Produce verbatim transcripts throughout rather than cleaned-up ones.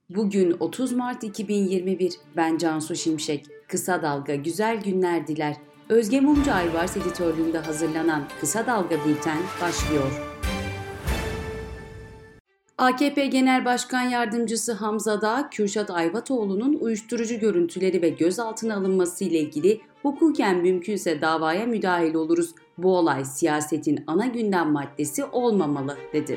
Bugün otuz Mart iki bin yirmi bir. Ben Cansu Şimşek. Kısa Dalga güzel günler diler. Özge Mumcu Ayvars editörlüğünde hazırlanan Kısa Dalga Bülten başlıyor. A K P Genel Başkan Yardımcısı Hamza Dağ, Kürşat Ayvatoğlu'nun uyuşturucu görüntüleri ve gözaltına alınması ile ilgili hukuken mümkünse davaya müdahil oluruz. Bu olay siyasetin ana gündem maddesi olmamalı, dedi.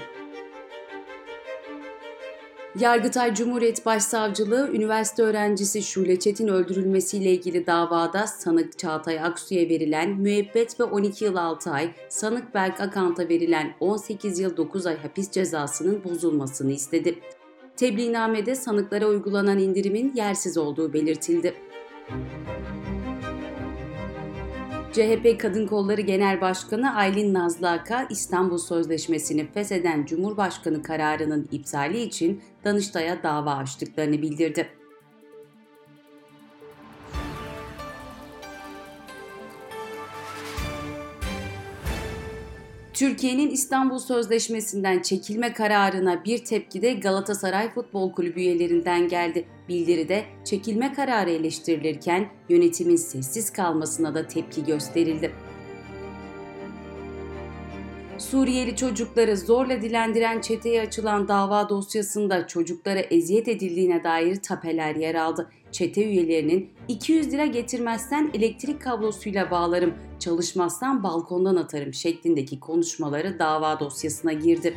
Yargıtay Cumhuriyet Başsavcılığı, üniversite öğrencisi Şule Çetin öldürülmesiyle ilgili davada sanık Çağatay Aksu'ya verilen müebbet ve on iki yıl altı ay, sanık Berk Akant'a verilen on sekiz yıl dokuz ay hapis cezasının bozulmasını istedi. Tebliğnamede sanıklara uygulanan indirimin yersiz olduğu belirtildi. C H P Kadın Kolları Genel Başkanı Aylin Nazlı Aka, İstanbul Sözleşmesi'ni fesheden Cumhurbaşkanı kararının iptali için Danıştay'a dava açtıklarını bildirdi. Türkiye'nin İstanbul Sözleşmesi'nden çekilme kararına bir tepki de Galatasaray Futbol Kulübü üyelerinden geldi. Bildiride çekilme kararı eleştirilirken yönetimin sessiz kalmasına da tepki gösterildi. Suriyeli çocukları zorla dilendiren çeteye açılan dava dosyasında çocuklara eziyet edildiğine dair tapeler yer aldı. Çete üyelerinin iki yüz lira getirmezsen elektrik kablosuyla bağlarım, çalışmazsan balkondan atarım şeklindeki konuşmaları dava dosyasına girdi.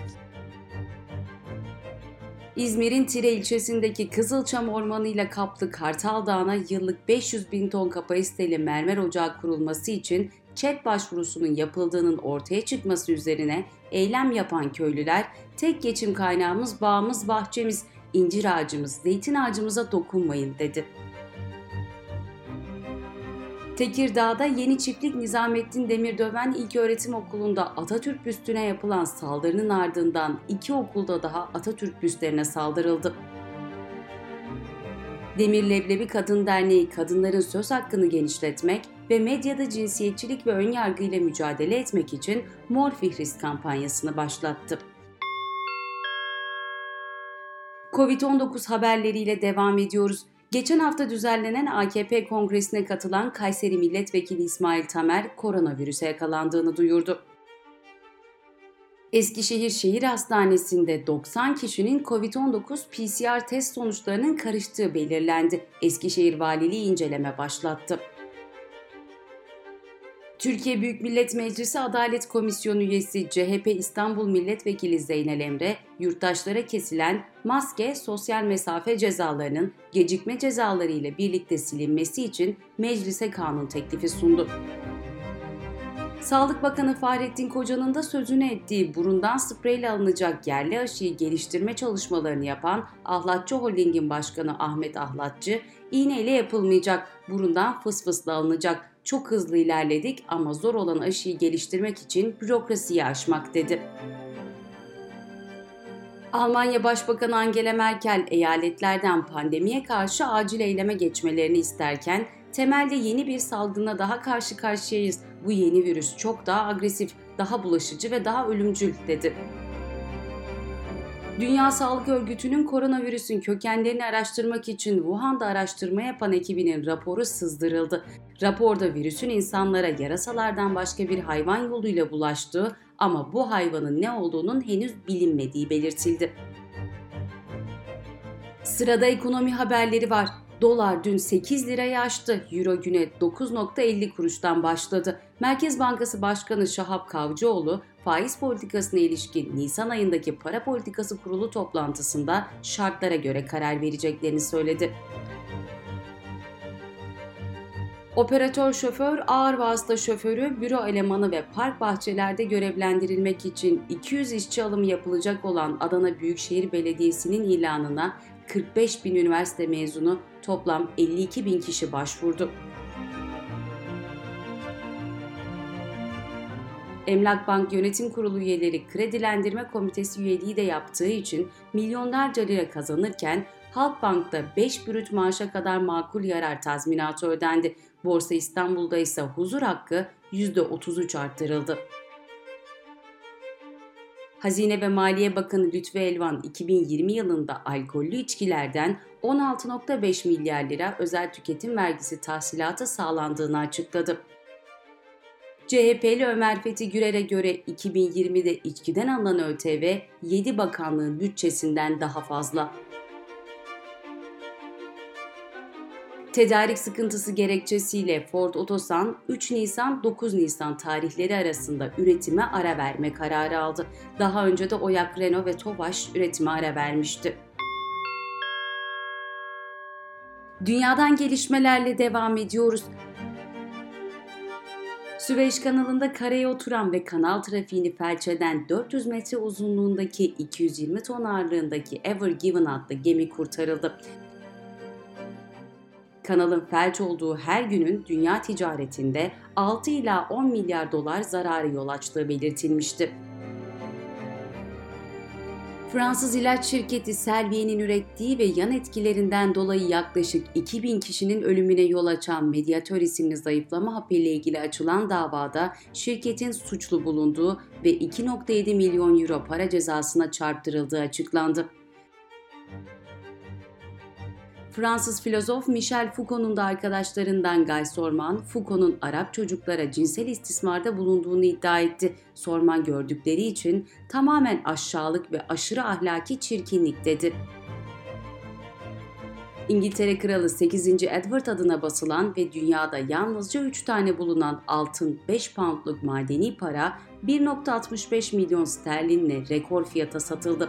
İzmir'in Tire ilçesindeki Kızılçam Ormanı ile kaplı Kartal Dağı'na yıllık beş yüz bin ton kapasiteli mermer ocağı kurulması için ÇED başvurusunun yapıldığının ortaya çıkması üzerine eylem yapan köylüler, tek geçim kaynağımız bağımız, bahçemiz, incir ağacımız, zeytin ağacımıza dokunmayın, dedi. Tekirdağ'da Yeni Çiftlik Nizamettin Demirdöven İlköğretim Okulu'nda Atatürk büstüne yapılan saldırının ardından iki okulda daha Atatürk büstlerine saldırıldı. Demir Leblebi Kadın Derneği, kadınların söz hakkını genişletmek ve medyada cinsiyetçilik ve önyargıyla mücadele etmek için Mor Fihriz kampanyasını başlattı. kovid on dokuz haberleriyle devam ediyoruz. Geçen hafta düzenlenen A K P Kongresi'ne katılan Kayseri Milletvekili İsmail Tamer koronavirüse yakalandığını duyurdu. Eskişehir Şehir Hastanesi'nde doksan kişinin kovid on dokuz P C R test sonuçlarının karıştığı belirlendi. Eskişehir Valiliği inceleme başlattı. Türkiye Büyük Millet Meclisi Adalet Komisyonu üyesi C H P İstanbul Milletvekili Zeynel Emre, yurttaşlara kesilen maske, sosyal mesafe cezalarının gecikme cezaları ile birlikte silinmesi için meclise kanun teklifi sundu. Sağlık Bakanı Fahrettin Koca'nın da sözünü ettiği burundan spreyle alınacak yerli aşıyı geliştirme çalışmalarını yapan Ahlatçı Holding'in başkanı Ahmet Ahlatçı, iğneyle yapılmayacak, burundan fısfısla alınacak, çok hızlı ilerledik ama zor olan aşıyı geliştirmek için bürokrasiyi aşmak, dedi. Almanya Başbakanı Angela Merkel, eyaletlerden pandemiye karşı acil eyleme geçmelerini isterken, temelde yeni bir salgına daha karşı karşıyayız. Bu yeni virüs çok daha agresif, daha bulaşıcı ve daha ölümcül, dedi. Dünya Sağlık Örgütü'nün koronavirüsün kökenlerini araştırmak için Wuhan'da araştırma yapan ekibinin raporu sızdırıldı. Raporda virüsün insanlara yarasalardan başka bir hayvan yoluyla bulaştığı ama bu hayvanın ne olduğunun henüz bilinmediği belirtildi. Sırada ekonomi haberleri var. Dolar dün sekiz lirayı aştı. Euro güne dokuz virgül elli kuruştan başladı. Merkez Bankası Başkanı Şahap Kavcıoğlu, faiz politikasına ilişkin Nisan ayındaki Para Politikası Kurulu toplantısında şartlara göre karar vereceklerini söyledi. Operatör şoför, ağır vasıta şoförü, büro elemanı ve park bahçelerde görevlendirilmek için iki yüz işçi alımı yapılacak olan Adana Büyükşehir Belediyesi'nin ilanına kırk beş bin üniversite mezunu, toplam elli iki bin kişi başvurdu. Emlak Bank Yönetim Kurulu üyeleri kredilendirme komitesi üyeliği de yaptığı için milyonlarca lira kazanırken Halkbank'ta beş brüt maaşa kadar makul yarar tazminatı ödendi. Borsa İstanbul'da ise huzur hakkı yüzde otuz üç arttırıldı. Hazine ve Maliye Bakanı Lütfü Elvan iki bin yirmi yılında alkollü içkilerden on altı virgül beş milyar lira özel tüketim vergisi tahsilatı sağlandığını açıkladı. C H P'li Ömer Fethi Gürer'e göre iki bin yirmide içkiden alınan Ö T V yedi bakanlığın bütçesinden daha fazla. Tedarik sıkıntısı gerekçesiyle Ford Otosan üç Nisan dokuz Nisan tarihleri arasında üretime ara verme kararı aldı. Daha önce de Oyak, Renault ve Tofaş üretime ara vermişti. Dünyadan gelişmelerle devam ediyoruz. Süveyş kanalında karaya oturan ve kanal trafiğini felç eden dört yüz metre uzunluğundaki iki yüz yirmi ton ağırlığındaki Ever Given adlı gemi kurtarıldı. Kanalın felç olduğu her günün dünya ticaretinde altı ila on milyar dolar zararı yol açtığı belirtilmişti. Fransız ilaç şirketi Servier'in ürettiği ve yan etkilerinden dolayı yaklaşık iki bin kişinin ölümüne yol açan Mediator isimli zayıflama hapı ile ilgili açılan davada şirketin suçlu bulunduğu ve iki virgül yedi milyon euro para cezasına çarptırıldığı açıklandı. Fransız filozof Michel Foucault'un da arkadaşlarından Guy Sorman, Foucault'un Arap çocuklara cinsel istismarda bulunduğunu iddia etti. Sorman gördükleri için tamamen aşağılık ve aşırı ahlaki çirkinlik dedi. İngiltere Kralı sekizinci Edward adına basılan ve dünyada yalnızca üç tane bulunan altın beş poundluk madeni para bir virgül altmış beş milyon sterlinle rekor fiyata satıldı.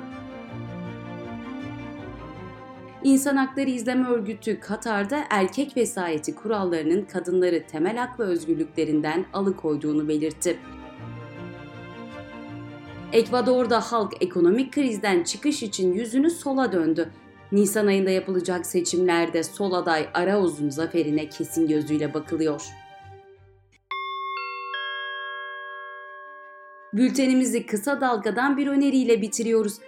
İnsan Hakları İzleme Örgütü Katar'da erkek vesayeti kurallarının kadınları temel hak ve özgürlüklerinden alıkoyduğunu belirtti. Ekvador'da halk ekonomik krizden çıkış için yüzünü sola döndü. Nisan ayında yapılacak seçimlerde sol aday Arauz'un zaferine kesin gözüyle bakılıyor. Bültenimizi kısa dalgadan bir öneriyle bitiriyoruz.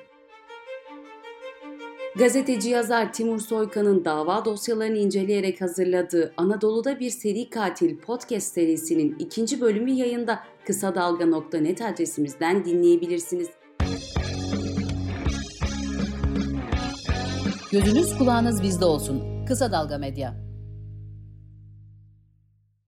Gazeteci yazar Timur Soykan'ın dava dosyalarını inceleyerek hazırladığı Anadolu'da Bir Seri Katil podcast serisinin ikinci bölümü yayında. kısa dalga nokta net adresimizden dinleyebilirsiniz. Gözünüz kulağınız bizde olsun. Kısa Dalga Medya.